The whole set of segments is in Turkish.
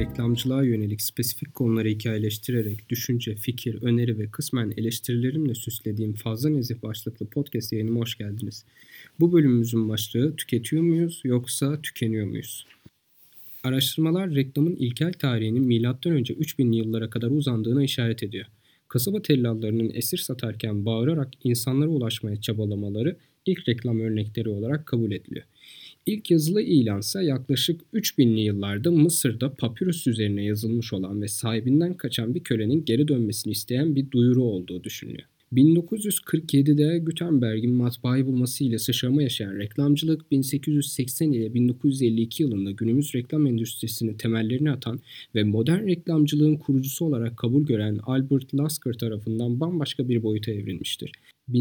reklamcılığa yönelik spesifik konuları hikayeleştirerek düşünce, fikir, öneri ve kısmen eleştirilerimle süslediğim Fazla Nezih başlıklı podcast yayınıma hoş geldiniz. Bu bölümümüzün başlığı tüketiyor muyuz yoksa tükeniyor muyuz? Araştırmalar reklamın ilkel tarihinin M.Ö. 3000'li yıllara kadar uzandığına işaret ediyor. Kasaba tellallarının esir satarken bağırarak insanlara ulaşmaya çabalamaları ilk reklam örnekleri olarak kabul ediliyor. İlk yazılı ilansa yaklaşık 3000'li yıllarda Mısır'da papyrus üzerine yazılmış olan ve sahibinden kaçan bir kölenin geri dönmesini isteyen bir duyuru olduğu düşünülüyor. 1947'de Gutenberg'in matbaayı bulmasıyla sıçrama yaşayan reklamcılık, 1880 ile 1952 yılında günümüz reklam endüstrisinin temellerini atan ve modern reklamcılığın kurucusu olarak kabul gören Albert Lasker tarafından bambaşka bir boyuta evrilmiştir.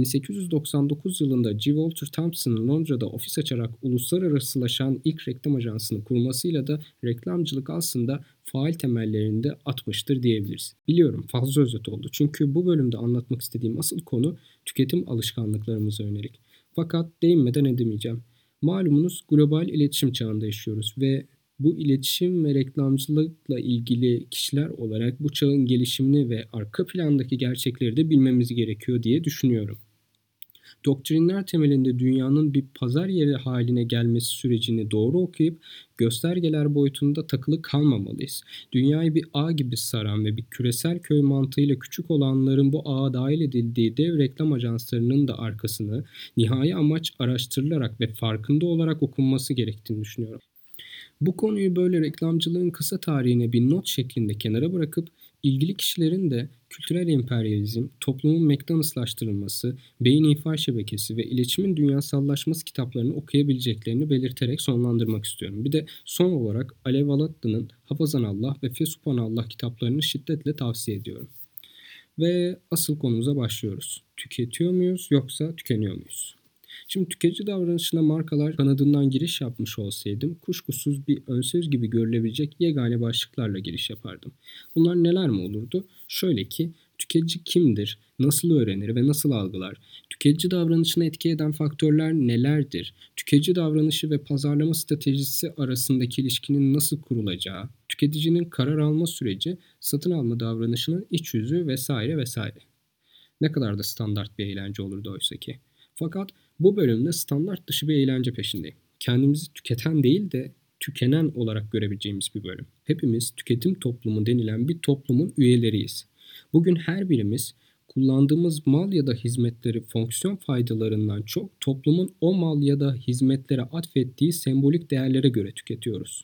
1899 yılında G. Walter Thompson'ın Londra'da ofis açarak uluslararasılaşan ilk reklam ajansını kurmasıyla da reklamcılık aslında faal temellerinde atmıştır diyebiliriz. Biliyorum fazla özet oldu çünkü bu bölümde anlatmak istediğim asıl konu tüketim alışkanlıklarımıza yönelik. Fakat değinmeden edemeyeceğim. Malumunuz global iletişim çağında yaşıyoruz ve bu iletişim ve reklamcılıkla ilgili kişiler olarak bu çağın gelişimini ve arka plandaki gerçekleri de bilmemiz gerekiyor diye düşünüyorum. Doktrinler temelinde dünyanın bir pazar yeri haline gelmesi sürecini doğru okuyup göstergeler boyutunda takılı kalmamalıyız. Dünyayı bir ağ gibi saran ve bir küresel köy mantığıyla küçük olanların bu ağa dahil edildiği dev reklam ajanslarının da arkasını nihai amaç araştırılarak ve farkında olarak okunması gerektiğini düşünüyorum. Bu konuyu böyle reklamcılığın kısa tarihine bir not şeklinde kenara bırakıp ilgili kişilerin de kültürel emperyalizm, toplumun McDonald'slaştırılması, beyin ihfal şebekesi ve iletişimin dünyasallaşması kitaplarını okuyabileceklerini belirterek sonlandırmak istiyorum. Bir de son olarak Alev Alatlı'nın Hafazanallah ve Fesubhanallah kitaplarını şiddetle tavsiye ediyorum. Ve asıl konumuza başlıyoruz. Tüketiyor muyuz yoksa tükeniyor muyuz? Şimdi tüketici davranışına markalar kanadından giriş yapmış olsaydım kuşkusuz bir önsöz gibi görülebilecek yegane başlıklarla giriş yapardım. Bunlar neler mi olurdu? Şöyle ki tüketici kimdir, nasıl öğrenir ve nasıl algılar? Tüketici davranışını etki eden faktörler nelerdir? Tüketici davranışı ve pazarlama stratejisi arasındaki ilişkinin nasıl kurulacağı? Tüketicinin karar alma süreci, satın alma davranışının iç yüzü vesaire vesaire. Ne kadar da standart bir eğlence olurdu oysa ki. Fakat bu bölümde standart dışı bir eğlence peşindeyim. Kendimizi tüketen değil de tükenen olarak görebileceğimiz bir bölüm. Hepimiz tüketim toplumu denilen bir toplumun üyeleriyiz. Bugün her birimiz kullandığımız mal ya da hizmetleri fonksiyon faydalarından çok toplumun o mal ya da hizmetlere atfettiği sembolik değerlere göre tüketiyoruz.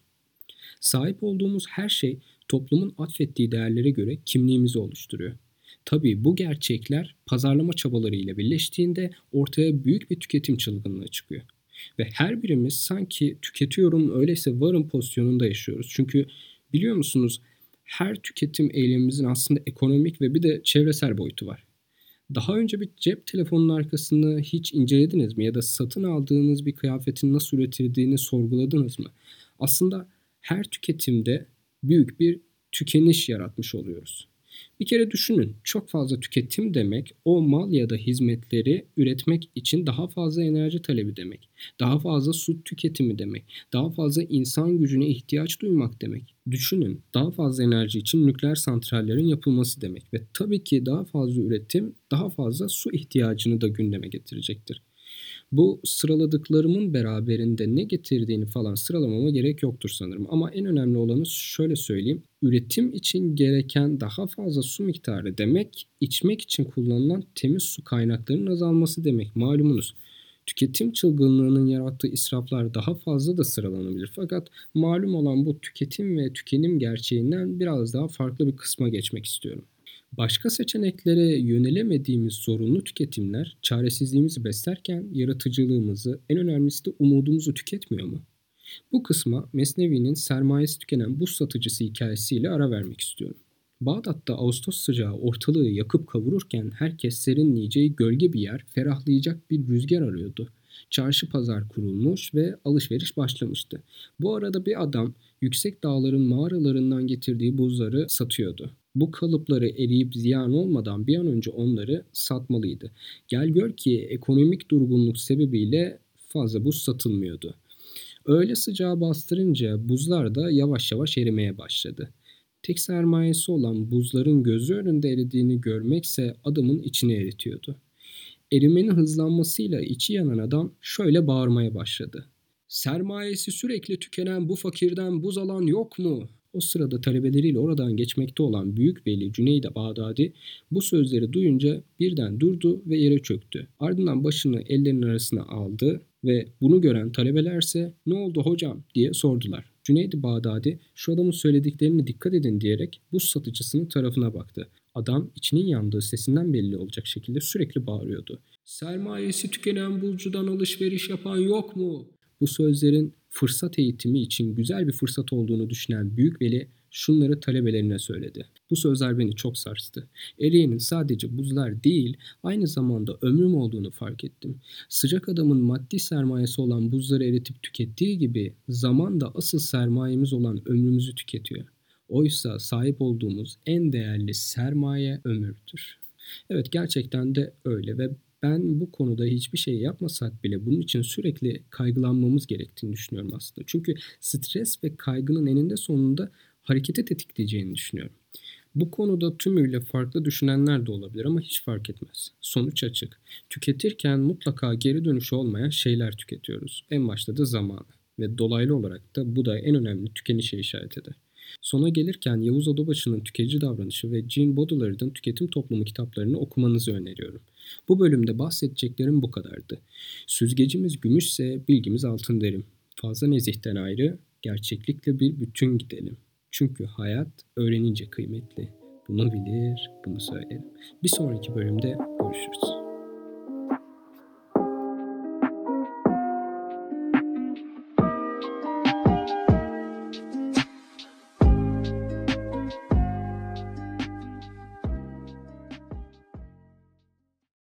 Sahip olduğumuz her şey toplumun atfettiği değerlere göre kimliğimizi oluşturuyor. Tabii bu gerçekler pazarlama çabaları ile birleştiğinde ortaya büyük bir tüketim çılgınlığı çıkıyor. Ve her birimiz sanki tüketiyorum öyleyse varım pozisyonunda yaşıyoruz. Çünkü biliyor musunuz her tüketim eylemimizin aslında ekonomik ve bir de çevresel boyutu var. Daha önce bir cep telefonunun arkasını hiç incelediniz mi? Ya da satın aldığınız bir kıyafetin nasıl üretildiğini sorguladınız mı? Aslında her tüketimde büyük bir tükeniş yaratmış oluyoruz. Bir kere düşünün, çok fazla tüketim demek o mal ya da hizmetleri üretmek için daha fazla enerji talebi demek. Daha fazla su tüketimi demek. Daha fazla insan gücüne ihtiyaç duymak demek. Düşünün, daha fazla enerji için nükleer santrallerin yapılması demek. Ve tabii ki daha fazla üretim daha fazla su ihtiyacını da gündeme getirecektir. Bu sıraladıklarımın beraberinde ne getirdiğini falan sıralamama gerek yoktur sanırım. Ama en önemli olanı şöyle söyleyeyim. Üretim için gereken daha fazla su miktarı demek, içmek için kullanılan temiz su kaynaklarının azalması demek. Malumunuz. Tüketim çılgınlığının yarattığı israflar daha fazla da sıralanabilir. Fakat malum olan bu tüketim ve tükenim gerçeğinden biraz daha farklı bir kısma geçmek istiyorum. Başka seçeneklere yönelemediğimiz zorunlu tüketimler çaresizliğimizi beslerken yaratıcılığımızı, en önemlisi de umudumuzu tüketmiyor mu? Bu kısma Mesnevi'nin sermayesi tükenen buz satıcısı hikayesiyle ara vermek istiyorum. Bağdat'ta Ağustos sıcağı ortalığı yakıp kavururken herkes serinleyeceği gölge bir yer, ferahlayacak bir rüzgar arıyordu. Çarşı pazar kurulmuş ve alışveriş başlamıştı. Bu arada bir adam yüksek dağların mağaralarından getirdiği buzları satıyordu. Bu kalıpları eriyip ziyan olmadan bir an önce onları satmalıydı. Gel gör ki ekonomik durgunluk sebebiyle fazla buz satılmıyordu. Öğle sıcağı bastırınca buzlar da yavaş yavaş erimeye başladı. Tek sermayesi olan buzların gözü önünde eridiğini görmekse adamın içini eritiyordu. Erimenin hızlanmasıyla içi yanan adam şöyle bağırmaya başladı. Sermayesi sürekli tükenen bu fakirden buz alan yok mu? O sırada talebeleriyle oradan geçmekte olan Büyük Veli Cüneyd-i Bağdadi bu sözleri duyunca birden durdu ve yere çöktü. Ardından başını ellerinin arasına aldı ve bunu gören talebelerse "Ne oldu hocam?" diye sordular. Cüneyd-i Bağdadi "Şu adamın söylediklerine dikkat edin" diyerek buz satıcısının tarafına baktı. Adam içinin yandığı sesinden belli olacak şekilde sürekli bağırıyordu. Sermayesi tükenen buzcudan alışveriş yapan yok mu? Bu sözlerin fırsat eğitimi için güzel bir fırsat olduğunu düşünen Büyük Veli şunları talebelerine söyledi. Bu sözler beni çok sarstı. Eriyenin sadece buzlar değil, aynı zamanda ömrüm olduğunu fark ettim. Sıcak adamın maddi sermayesi olan buzları eritip tükettiği gibi zaman da asıl sermayemiz olan ömrümüzü tüketiyor. Oysa sahip olduğumuz en değerli sermaye ömürdür. Evet, gerçekten de öyle ve ben bu konuda hiçbir şey yapmasak bile bunun için sürekli kaygılanmamız gerektiğini düşünüyorum aslında. Çünkü stres ve kaygının eninde sonunda harekete tetikleyeceğini düşünüyorum. Bu konuda tümüyle farklı düşünenler de olabilir ama hiç fark etmez. Sonuç açık. Tüketirken mutlaka geri dönüşü olmayan şeyler tüketiyoruz. En başta da zamanı. Ve dolaylı olarak da bu da en önemli tükenişe işaret eder. Sona gelirken Yavuz Odabaşı'nın Tüketici Davranışı ve Jean Baudelaire'ın Tüketim Toplumu kitaplarını okumanızı öneriyorum. Bu bölümde bahsedeceklerim bu kadardı. Süzgecimiz gümüşse bilgimiz altın derim. Fazla nezihten ayrı, gerçeklikle bir bütün gidelim. Çünkü hayat öğrenince kıymetli. Bunu bilir, bunu söylerim. Bir sonraki bölümde görüşürüz.